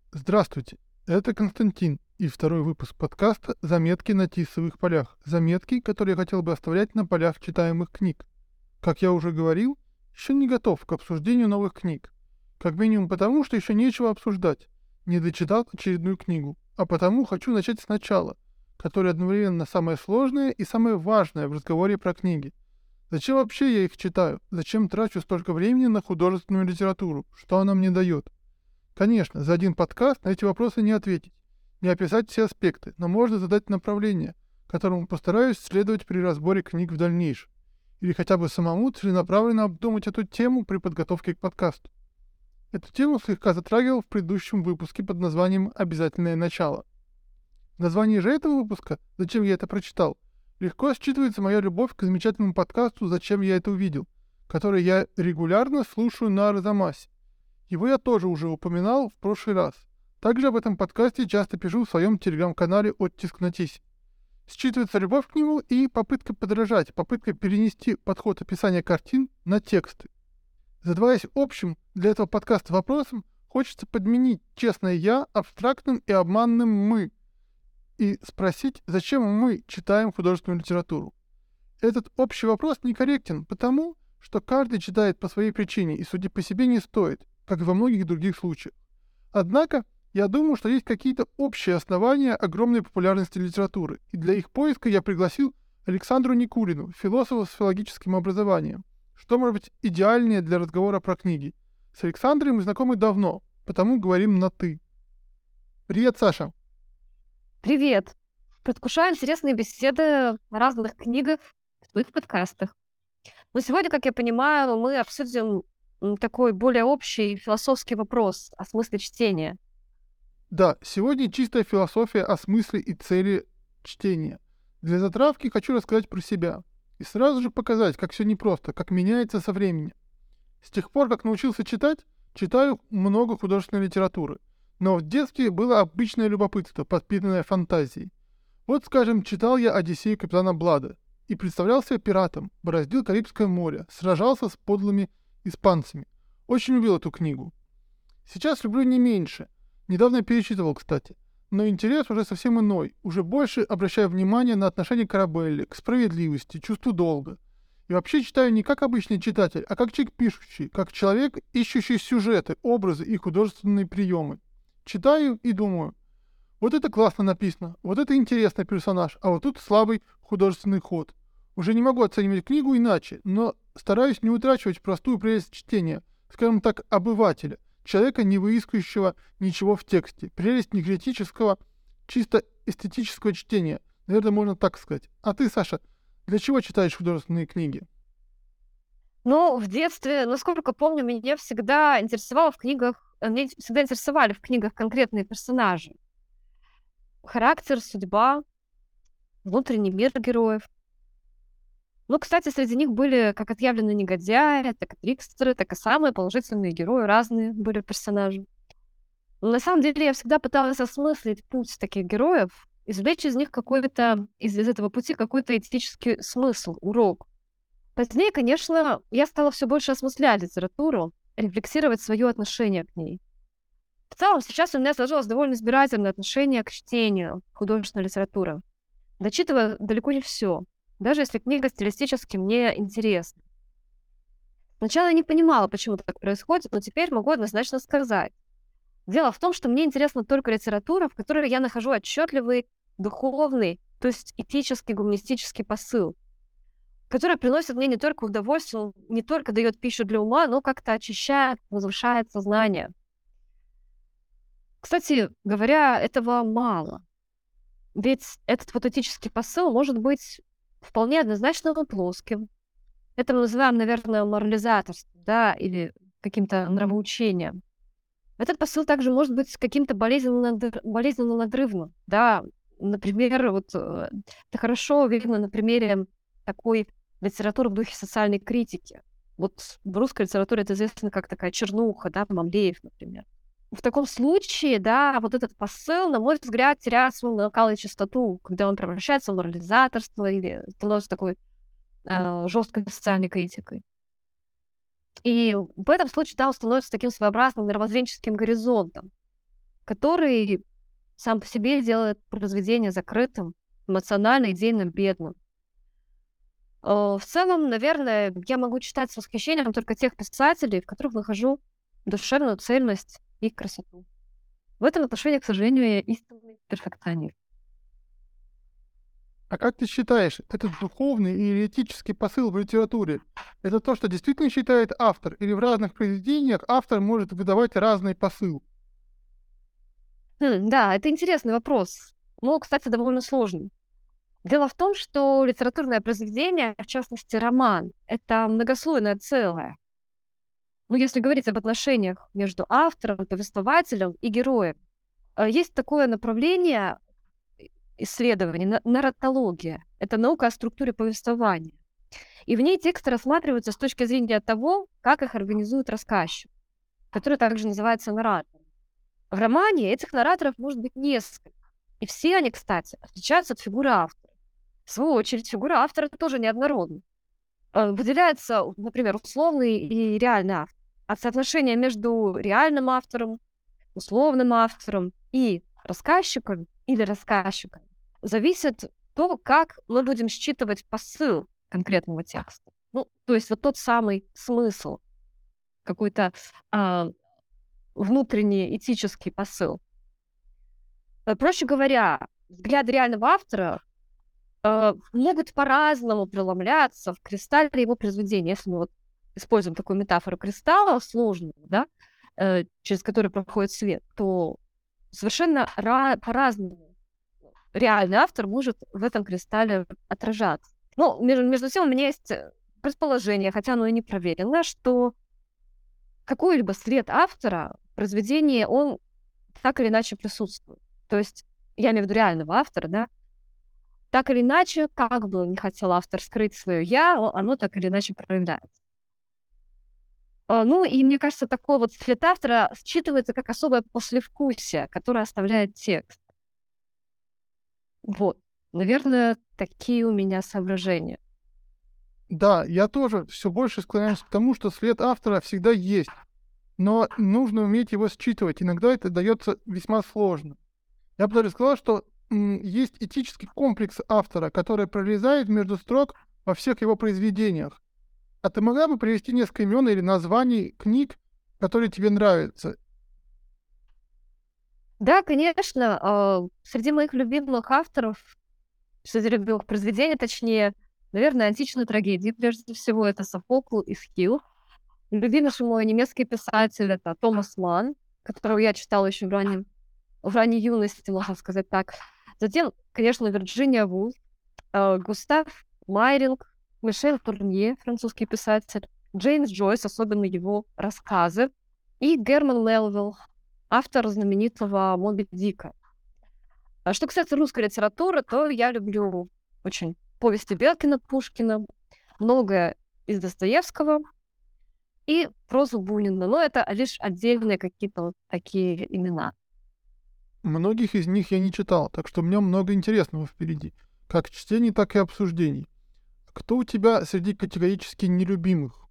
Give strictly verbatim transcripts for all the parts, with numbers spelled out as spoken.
Здравствуйте, это Константин и второй выпуск подкаста «Заметки на тисовых полях». Заметки, которые я хотел бы оставлять на полях читаемых книг. Как я уже говорил, еще не готов к обсуждению новых книг. Как минимум потому, что еще нечего обсуждать. Не дочитал очередную книгу, а потому хочу начать сначала, которое одновременно самое сложное и самое важное в разговоре про книги. Зачем вообще я их читаю? Зачем трачу столько времени на художественную литературу? Что она мне дает? Конечно, за один подкаст на эти вопросы не ответить, не описать все аспекты, но можно задать направление, которому постараюсь следовать при разборе книг в дальнейшем, или хотя бы самому целенаправленно обдумать эту тему при подготовке к подкасту. Эту тему слегка затрагивал в предыдущем выпуске под названием «Обязательное начало». В названии же этого выпуска «Зачем я это прочитал?» легко считывается моя любовь к замечательному подкасту «Зачем я это увидел», который я регулярно слушаю на Арзамасе. Его я тоже уже упоминал в прошлый раз. Также об этом подкасте часто пишу в своем телеграм-канале «Оттиск на тисе». Считывается любовь к нему и попытка подражать, попытка перенести подход описания картин на тексты. Задаваясь общим для этого подкаста вопросом, хочется подменить честное «я» абстрактным и обманным «мы» и спросить, зачем мы читаем художественную литературу. Этот общий вопрос некорректен, потому что каждый читает по своей причине и, судя по себе, не стоит, как и во многих других случаях. Однако, я думаю, что есть какие-то общие основания огромной популярности литературы, и для их поиска я пригласил Александру Никулину, философа с филологическим образованием, что может быть идеальнее для разговора про книги. С Александрой мы знакомы давно, потому говорим на «ты». Привет, Саша. Привет. Предвкушаю интересные беседы о разных книгах в твоих подкастах. Но сегодня, как я понимаю, мы обсудим м, такой более общий философский вопрос о смысле чтения. Да, сегодня чистая философия о смысле и цели чтения. Для затравки хочу рассказать про себя и сразу же показать, как все непросто, как меняется со временем. С тех пор, как научился читать, читаю много художественной литературы, но в детстве было обычное любопытство, подпитанное фантазией. Вот, скажем, читал я «Одиссею» капитана Блада и представлял себя пиратом, бороздил Карибское море, сражался с подлыми испанцами. Очень любил эту книгу. Сейчас люблю не меньше. Недавно перечитывал, кстати. Но интерес уже совсем иной. Уже больше обращаю внимание на отношение к Арабелле, к справедливости, чувству долга. И вообще читаю не как обычный читатель, а как человек пишущий, как человек, ищущий сюжеты, образы и художественные приемы. Читаю и думаю, вот это классно написано, вот это интересный персонаж, а вот тут слабый художественный ход. Уже не могу оценивать книгу иначе, но стараюсь не утрачивать простую прелесть чтения, скажем так, обывателя, человека, не выискивающего ничего в тексте. Прелесть не критического, чисто эстетического чтения. Наверное, можно так сказать. А ты, Саша, для чего читаешь художественные книги? Ну, в детстве, насколько помню, меня всегда интересовало в книгах, э, меня всегда интересовали в книгах конкретные персонажи. Характер, судьба, внутренний мир героев. Ну, кстати, среди них были как отъявленные негодяи, так и трикстеры, так и самые положительные герои, разные были персонажи. Но на самом деле я всегда пыталась осмыслить путь таких героев, извлечь из них какой-то, из, из этого пути какой-то этический смысл, урок. Позднее, конечно, я стала все больше осмыслять литературу, рефлексировать свое отношение к ней. В целом, сейчас у меня сложилось довольно избирательное отношение к чтению художественной литературы. Дочитываю далеко не все, даже если книга стилистически мне интересна. Сначала я не понимала, почему так происходит, но теперь могу однозначно сказать. Дело в том, что мне интересна только литература, в которой я нахожу отчетливый духовный, то есть этический, гуманистический посыл, который приносит мне не только удовольствие, он не только дает пищу для ума, но как-то очищает, возвышает сознание. Кстати говоря, этого мало. Ведь этот вот этический посыл может быть вполне однозначно плоским. Это мы называем, наверное, морализаторством, да, или каким-то нравоучением. Этот посыл также может быть каким-то болезненно, болезненно надрывным, да. Например, вот э, это хорошо видно на примере такой литературы в духе социальной критики. Вот в русской литературе это известно как такая чернуха, да, Мамлеев, например. В таком случае, да, вот этот посыл, на мой взгляд, теряет свою накал и чистоту, когда он превращается в морализаторство или становится такой э, жесткой социальной критикой. И в этом случае, да, он становится таким своеобразным мировоззренческим горизонтом, который сам по себе делает произведение закрытым, эмоционально, идейно бедным. Э, В целом, наверное, я могу читать с восхищением только тех писателей, в которых нахожу душевную цельность и красоту. В этом отношении, к сожалению, я истинный перфекционист. А как ты считаешь, этот духовный или этический посыл в литературе — это то, что действительно считает автор, или в разных произведениях автор может выдавать разный посыл? Хм, да, это интересный вопрос. Ну, кстати, довольно сложный. Дело в том, что литературное произведение, в частности, роман, это многослойное целое. Ну, если говорить об отношениях между автором, повествователем и героем, э, есть такое направление исследований, на- нарратология. Это наука о структуре повествования. И в ней тексты рассматриваются с точки зрения того, как их организует рассказчик, который также называется наратор. В романе этих нараторов может быть несколько. И все они, кстати, отличаются от фигуры автора. В свою очередь, фигура автора тоже неоднородна. Э, Выделяется, например, условный и реальный автор. От соотношения между реальным автором, условным автором и рассказчиком или рассказчиком зависит то, как мы будем считывать посыл конкретного текста. Ну, то есть вот тот самый смысл, какой-то а, внутренний этический посыл. Э, Проще говоря, взгляды реального автора э, могут по-разному преломляться в кристалле его произведения. Если мы вот используем такую метафору кристалла сложную, да, э, через который проходит свет, то совершенно ра- по-разному реальный автор может в этом кристалле отражаться. Ну, между, между тем, у меня есть э, предположение, хотя оно и не проверено, что какой-либо след автора в произведении, он так или иначе присутствует. То есть, я имею в виду реального автора, да, так или иначе, как бы не хотел автор скрыть свое «я», о- оно так или иначе проявляется. А, Ну, и мне кажется, такой вот след автора считывается как особое послевкусие, которое оставляет текст. Вот. Наверное, такие у меня соображения. Да, я тоже все больше склоняюсь к тому, что след автора всегда есть, но нужно уметь его считывать. Иногда это дается весьма сложно. Я бы даже сказал, что м, есть этический комплекс автора, который прорезает между строк во всех его произведениях. А ты могла бы привести несколько имен или названий книг, которые тебе нравятся? Да, конечно, а, среди моих любимых авторов, среди любимых произведений, точнее, наверное, античные трагедии, прежде всего, это Софокл и Схил. Любимейший мой немецкий писатель — это Томас Манн, которого я читала еще в раннем, в ранней юности, можно сказать так. Затем, конечно, Вирджиния Вулф, э, Густав Майринг, Мишель Турнье, французский писатель, Джеймс Джойс, особенно его рассказы, и Герман Мелвилл, автор знаменитого «Моби Дика». А что касается русской литературы, то я люблю очень повести Белкина, Пушкина, многое из Достоевского и прозу Бунина. Но это лишь отдельные какие-то вот такие имена. Многих из них я не читал, так что у меня много интересного впереди. Как чтений, так и обсуждений. Кто у тебя среди категорически нелюбимых?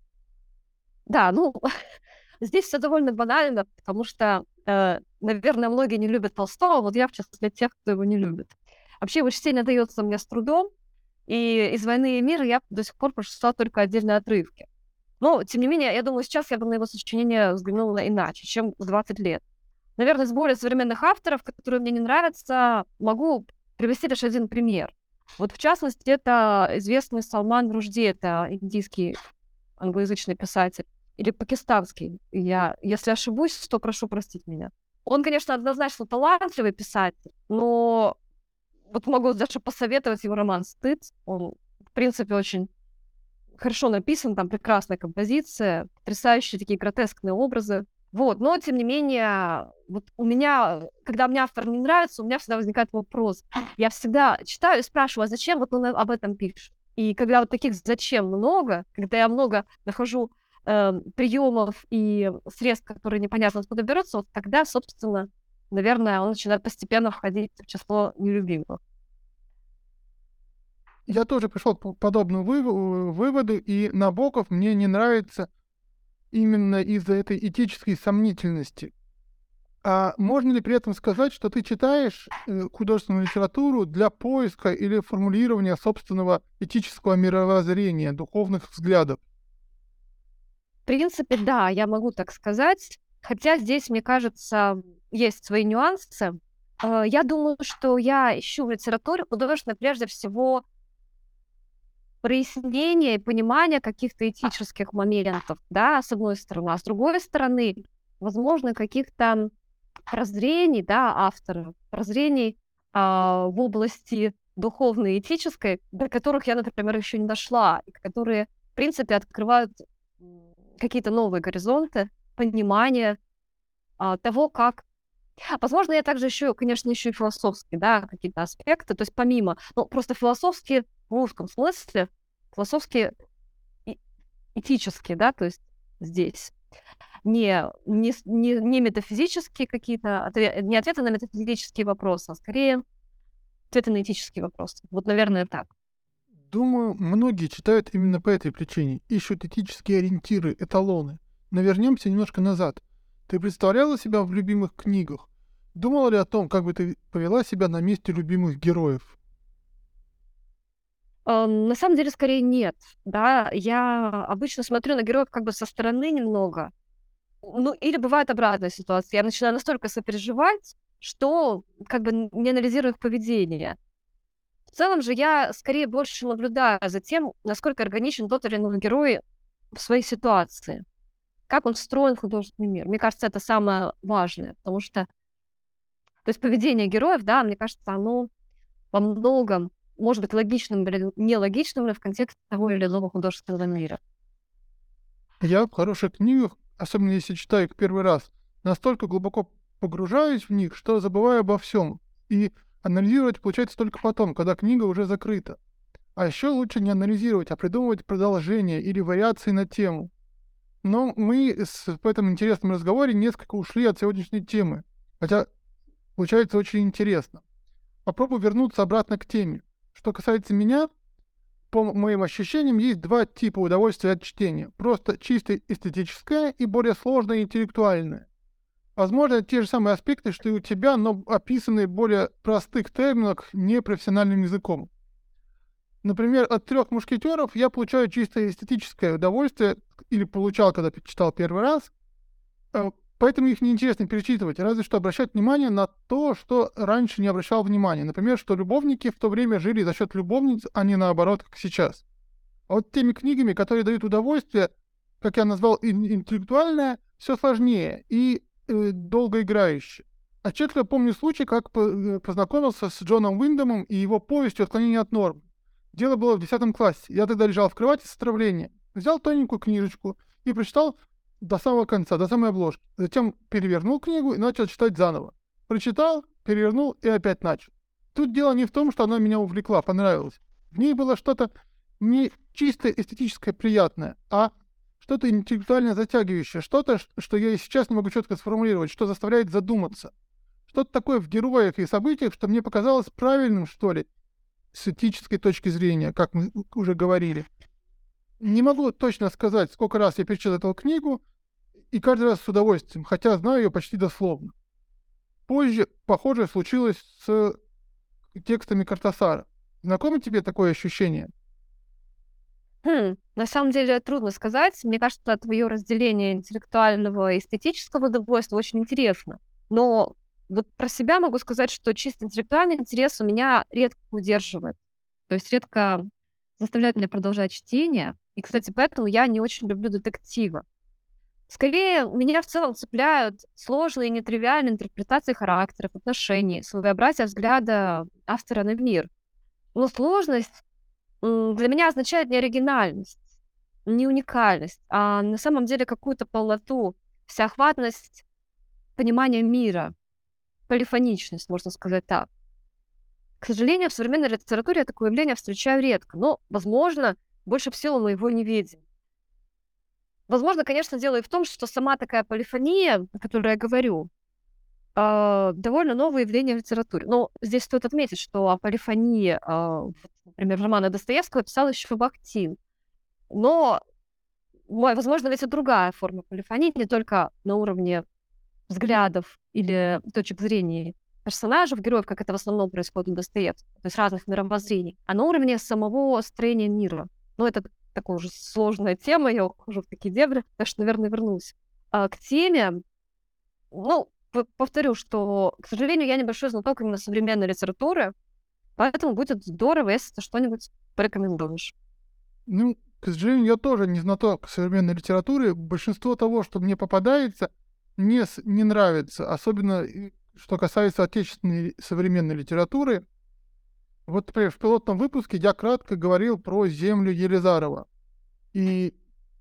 Да, ну, здесь все довольно банально, потому что, э, наверное, многие не любят Толстого, вот я в числе тех, кто его не любит. Вообще его чтение дается мне с трудом, и из «Войны и мира» я до сих пор прочитала только отдельные отрывки. Но, тем не менее, я думаю, сейчас я бы на его сочинение взглянула иначе, чем в двадцать лет. Наверное, из более современных авторов, которые мне не нравятся, могу привести лишь один пример. Вот, в частности, это известный Салман Рушди, это индийский англоязычный писатель, или пакистанский. Я, если ошибусь, то прошу простить меня. Он, конечно, однозначно талантливый писатель, но вот могу даже посоветовать его роман «Стыд». Он, в принципе, очень хорошо написан, там прекрасная композиция, потрясающие такие гротескные образы. Вот, но, тем не менее, вот у меня, когда мне автор не нравится, у меня всегда возникает вопрос. Я всегда читаю и спрашиваю, а зачем вот он об этом пишет? И когда вот таких «зачем» много, когда я много нахожу э, приемов и средств, которые непонятно откуда берутся, вот тогда, собственно, наверное, он начинает постепенно входить в число нелюбимых. Я тоже пришел к подобному выводу, выводу, и Набоков мне не нравится именно из-за этой этической сомнительности. А можно ли при этом сказать, что ты читаешь э, художественную литературу для поиска или формулирования собственного этического мировоззрения, духовных взглядов? В принципе, да, я могу так сказать. Хотя здесь, мне кажется, есть свои нюансы. Э, Я думаю, что я ищу в литературе художественной прежде всего прояснение и понимание каких-то этических моментов, да, с одной стороны. А с другой стороны, возможно, каких-то прозрений, да, автора, прозрений а, в области духовной и этической, до которых я, например, еще не дошла, и которые, в принципе, открывают м, какие-то новые горизонты, понимание а, того, как... Возможно, я также еще, конечно, еще и философские, да, какие-то аспекты, то есть помимо, ну, просто философские в узком смысле, философские и этические, да, то есть здесь. Не, не, с- не, не метафизические какие-то, отве- не ответы на метафизические вопросы, а скорее ответы на этические вопросы. Вот, наверное, так. Думаю, многие читают именно по этой причине, ищут этические ориентиры, эталоны. Но вернемся немножко назад. Ты представляла себя в любимых книгах? Думала ли о том, как бы ты повела себя на месте любимых героев? Ам, На самом деле, скорее нет, да. Я обычно смотрю на героев как бы со стороны немного. Ну, или бывает обратная ситуация. Я начинаю настолько сопереживать, что как бы н- не анализирую их поведение. В целом же я скорее больше наблюдаю за тем, насколько органичен тот или иной герой в своей ситуации. Как он встроен в художественный мир. Мне кажется, это самое важное, потому что, то есть поведение героев, да, мне кажется, оно во многом может быть логичным или нелогичным но в контексте того или иного художественного мира. Я в хороших книгах, особенно если читаю их первый раз, настолько глубоко погружаюсь в них, что забываю обо всем. И анализировать получается только потом, когда книга уже закрыта. А еще лучше не анализировать, а придумывать продолжение или вариации на тему. Но мы с, в этом интересном разговоре несколько ушли от сегодняшней темы. Хотя получается очень интересно. Попробую вернуться обратно к теме. Что касается меня, по моим ощущениям, есть два типа удовольствия от чтения. Просто чисто эстетическое и более сложное интеллектуальное. Возможно, те же самые аспекты, что и у тебя, но описанные в более простых терминах, непрофессиональным языком. Например, от трех мушкетеров я получаю чисто эстетическое удовольствие, или получал, когда читал первый раз, э, поэтому их неинтересно перечитывать, разве что обращать внимание на то, что раньше не обращал внимания. Например, что любовники в то время жили за счет любовниц, а не наоборот, как сейчас. А вот теми книгами, которые дают удовольствие, как я назвал, ин- интеллектуальное, все сложнее и э, долгоиграюще. Отчетливо помню случай, как по- э, познакомился с Джоном Уиндомом и его повестью «Отклонение от нормы». Дело было в десятом классе. Я тогда лежал в кровати с отравлением. Взял тоненькую книжечку и прочитал до самого конца, до самой обложки. Затем перевернул книгу и начал читать заново. Прочитал, перевернул и опять начал. Тут дело не в том, что она меня увлекла, понравилась. В ней было что-то не чисто эстетическое приятное, а что-то интеллектуально затягивающее, что-то, ш- что я и сейчас не могу четко сформулировать, что заставляет задуматься. Что-то такое в героях и событиях, что мне показалось правильным, что ли, с этической точки зрения, как мы уже говорили. Не могу точно сказать, сколько раз я перечитал эту книгу, и каждый раз с удовольствием, хотя знаю ее почти дословно. Позже похожее случилось с текстами Картасара. Знакомо тебе такое ощущение? Хм, на самом деле трудно сказать. Мне кажется, твое разделение интеллектуального и эстетического удовольствия очень интересно. Но вот про себя могу сказать, что чисто интеллектуальный интерес у меня редко удерживает. То есть редко заставляет меня продолжать чтение. И, кстати, поэтому я не очень люблю детективы. Скорее, меня в целом цепляют сложные и нетривиальные интерпретации характеров, отношений, своеобразие взгляда автора на мир. Но сложность м, для меня означает не оригинальность, не уникальность, а на самом деле какую-то полноту, всеохватность понимания мира, полифоничность, можно сказать так. К сожалению, в современной литературе я такое явление встречаю редко, но, возможно, больше в силу моего неведения. Возможно, конечно, дело и в том, что сама такая полифония, о которой я говорю, а, довольно новое явление в литературе. Но здесь стоит отметить, что о полифонии, а, вот, например, романа Достоевского писал еще Бахтин. Но, мо- возможно, ведь и другая форма полифонии, не только на уровне взглядов или точек зрения персонажей, героев, как это в основном происходит у Достоевского, то есть разных мировоззрений, а на уровне самого строения мира. Ну, это такая уже сложная тема, я ухожу в такие дебри, так что, наверное, вернусь а, к теме. Ну, п- повторю, что, к сожалению, я небольшой знаток именно современной литературы, поэтому будет здорово, если ты что-нибудь порекомендуешь. Ну, к сожалению, я тоже не знаток современной литературы. Большинство того, что мне попадается, мне с- не нравится. Особенно, и что касается отечественной современной литературы. Вот, например, в пилотном выпуске я кратко говорил про землю Елизарова. И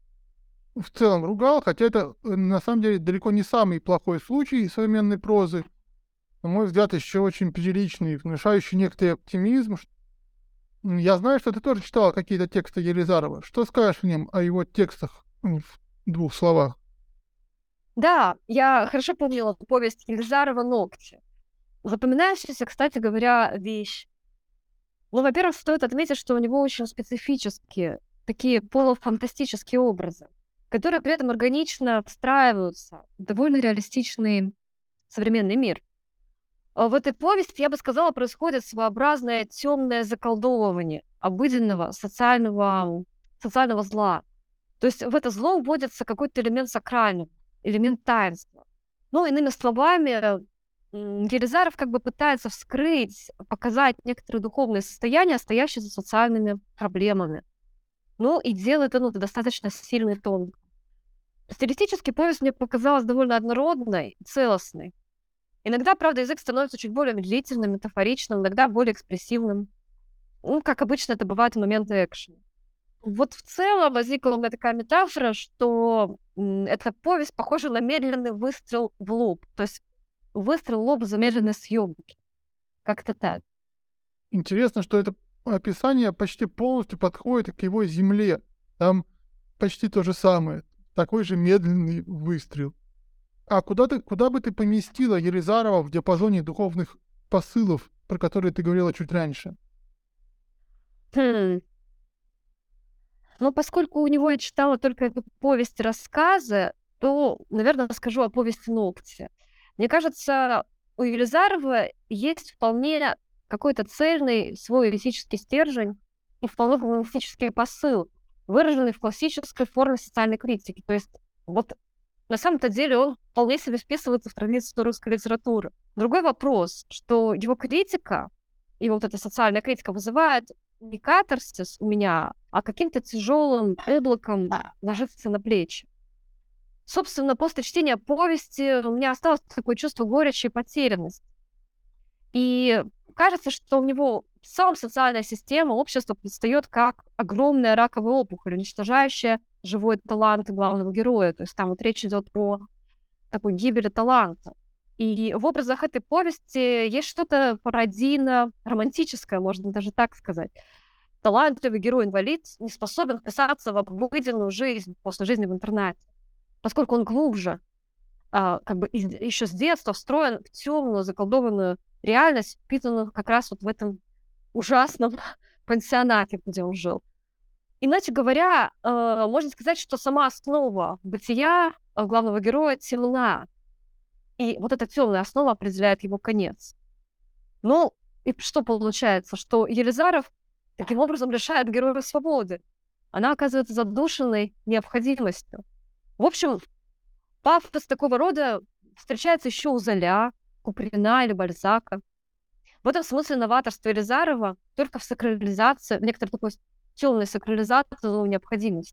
в целом ругал, хотя это э, на самом деле далеко не самый плохой случай современной прозы. На мой взгляд, еще очень приличный, внушающий некоторый оптимизм. Ш- м, Я знаю, что ты тоже читала какие-то тексты Елизарова. Что скажешь в нем о его текстах м, в двух словах? Да, я хорошо помнила повесть Елизарова «Ногти». Запоминающаяся, кстати говоря, вещь. Ну, во-первых, стоит отметить, что у него очень специфические, такие полуфантастические образы, которые при этом органично встраиваются в довольно реалистичный современный мир. А в этой повести, я бы сказала, происходит своеобразное темное заколдовывание обыденного социального, социального зла. То есть в это зло вводится какой-то элемент сакрального, элемент таинства. Ну, иными словами, м, Елизаров как бы пытается вскрыть, показать некоторые духовные состояния, стоящие за социальными проблемами. Ну, и делает это ну, достаточно сильный тон. Стилистически повесть мне показалась довольно однородной, целостной. Иногда, правда, язык становится чуть более медлительным, метафоричным, иногда более экспрессивным. Ну, как обычно это бывает в моменты экшена. Вот в целом возникла у меня такая метафора, что м, эта повесть похожа на медленный выстрел в лоб. То есть выстрел в лоб замедленной съемки. Как-то так. Интересно, что это описание почти полностью подходит к его земле. Там почти то же самое. Такой же медленный выстрел. А куда ты, куда бы ты поместила Елизарова в диапазоне духовных посылов, про которые ты говорила чуть раньше? Хм. Но поскольку у него я читала только эту повесть рассказы, то, наверное, расскажу о повести «Ногти». Мне кажется, у Елизарова есть вполне какой-то цельный свой этический стержень и вполне гуманистический посыл, выраженный в классической форме социальной критики. То есть вот на самом-то деле он вполне себе вписывается в традицию русской литературы. Другой вопрос, что его критика и вот эта социальная критика вызывает не катарсис у меня, а каким-то тяжелым облаком ложится на плечи. Собственно, после чтения повести у меня осталось такое чувство горечи и потерянности. И кажется, что у него в целом социальная система, общество предстает как огромная раковая опухоль, уничтожающая живой талант главного героя. То есть там вот речь идет о такой гибели таланта. И в образах этой повести есть что-то пародийно-романтическое, можно даже так сказать. Талантливый герой-инвалид не способен вписаться в обыденную жизнь после жизни в интернате, поскольку он глубже, а, как бы из- еще с детства встроен в темную, заколдованную реальность, впитанную как раз вот в этом ужасном пансионате, где он жил. Иначе говоря, э, можно сказать, что сама основа бытия э, главного героя темна, и вот эта темная основа определяет его конец. Ну, и что получается? Что Елизаров таким образом лишает героя свободы. Она оказывается задушенной необходимостью. В общем, пафос такого рода встречается еще у Золя, Куприна или Бальзака. В этом смысле новаторство Елизарова только в сакрализации, в некоторой такой темной сакрализации необходимости.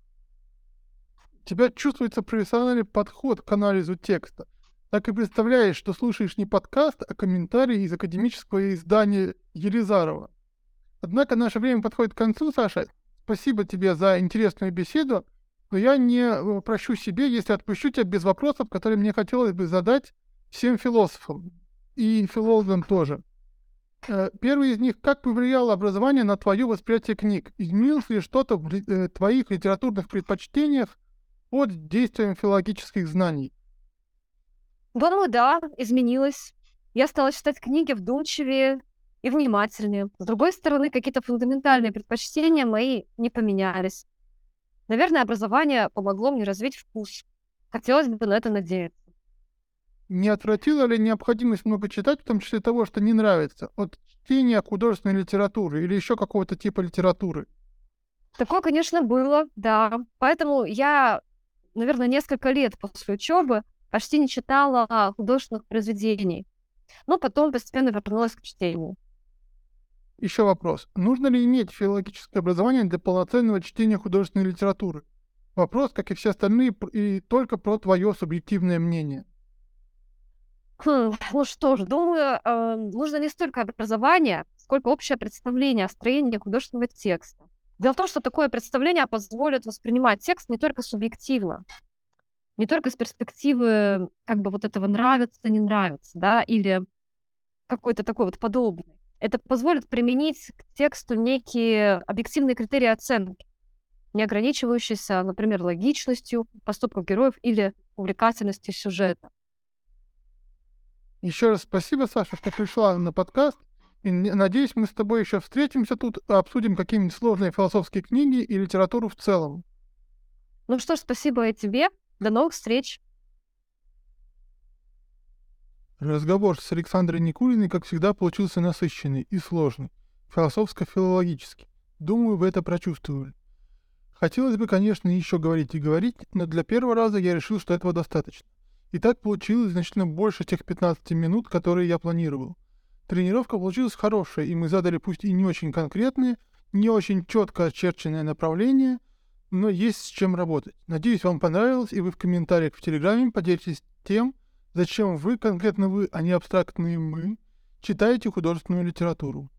У тебя чувствуется профессиональный подход к анализу текста. Так и представляешь, что слушаешь не подкаст, а комментарий из академического издания Елизарова. Однако наше время подходит к концу, Саша. Спасибо тебе за интересную беседу, но я не э, прощу себе, если отпущу тебя без вопросов, которые мне хотелось бы задать всем философам и филологам тоже. Э, Первый из них: как повлияло образование на твое восприятие книг? Изменилось ли что-то в ли- э, твоих литературных предпочтениях под действием филологических знаний? Думаю, да, изменилось. Я стала читать книги вдумчивее и внимательнее. С другой стороны, какие-то фундаментальные предпочтения мои не поменялись. Наверное, образование помогло мне развить вкус. Хотелось бы на это надеяться. Не отвратила ли необходимость много читать, в том числе того, что не нравится, от чтения художественной литературы или еще какого-то типа литературы? Такое, конечно, было, да. Поэтому я, наверное, несколько лет после учебы почти не читала художественных произведений. Но потом постепенно вернулась к чтению. Еще вопрос. Нужно ли иметь филологическое образование для полноценного чтения художественной литературы? Вопрос, как и все остальные, п- и только про твое субъективное мнение. Хм, ну что ж, думаю, э, нужно не столько образование, сколько общее представление о строении художественного текста. Дело в том, что такое представление позволит воспринимать текст не только субъективно, не только с перспективы как бы вот этого нравится, не нравится, да, или какой-то такой вот подобный. Это позволит применить к тексту некие объективные критерии оценки, не ограничивающиеся, например, логичностью поступков героев или увлекательностью сюжета. Еще раз спасибо, Саша, что пришла на подкаст. И не- надеюсь, мы с тобой еще встретимся тут, обсудим какие-нибудь сложные философские книги и литературу в целом. Ну что ж, спасибо и тебе. До новых встреч. Разговор с Александрой Никулиной, как всегда, получился насыщенный и сложный, философско-филологический. Думаю, вы это прочувствовали. Хотелось бы, конечно, еще говорить и говорить, но для первого раза я решил, что этого достаточно. И так получилось значительно больше тех пятнадцати минут, которые я планировал. Тренировка получилась хорошая, и мы задали пусть и не очень конкретные, не очень четко очерченное направление, но есть с чем работать. Надеюсь, вам понравилось, и вы в комментариях в Телеграме поделитесь тем, зачем вы, конкретно вы, а не абстрактные мы, читаете художественную литературу.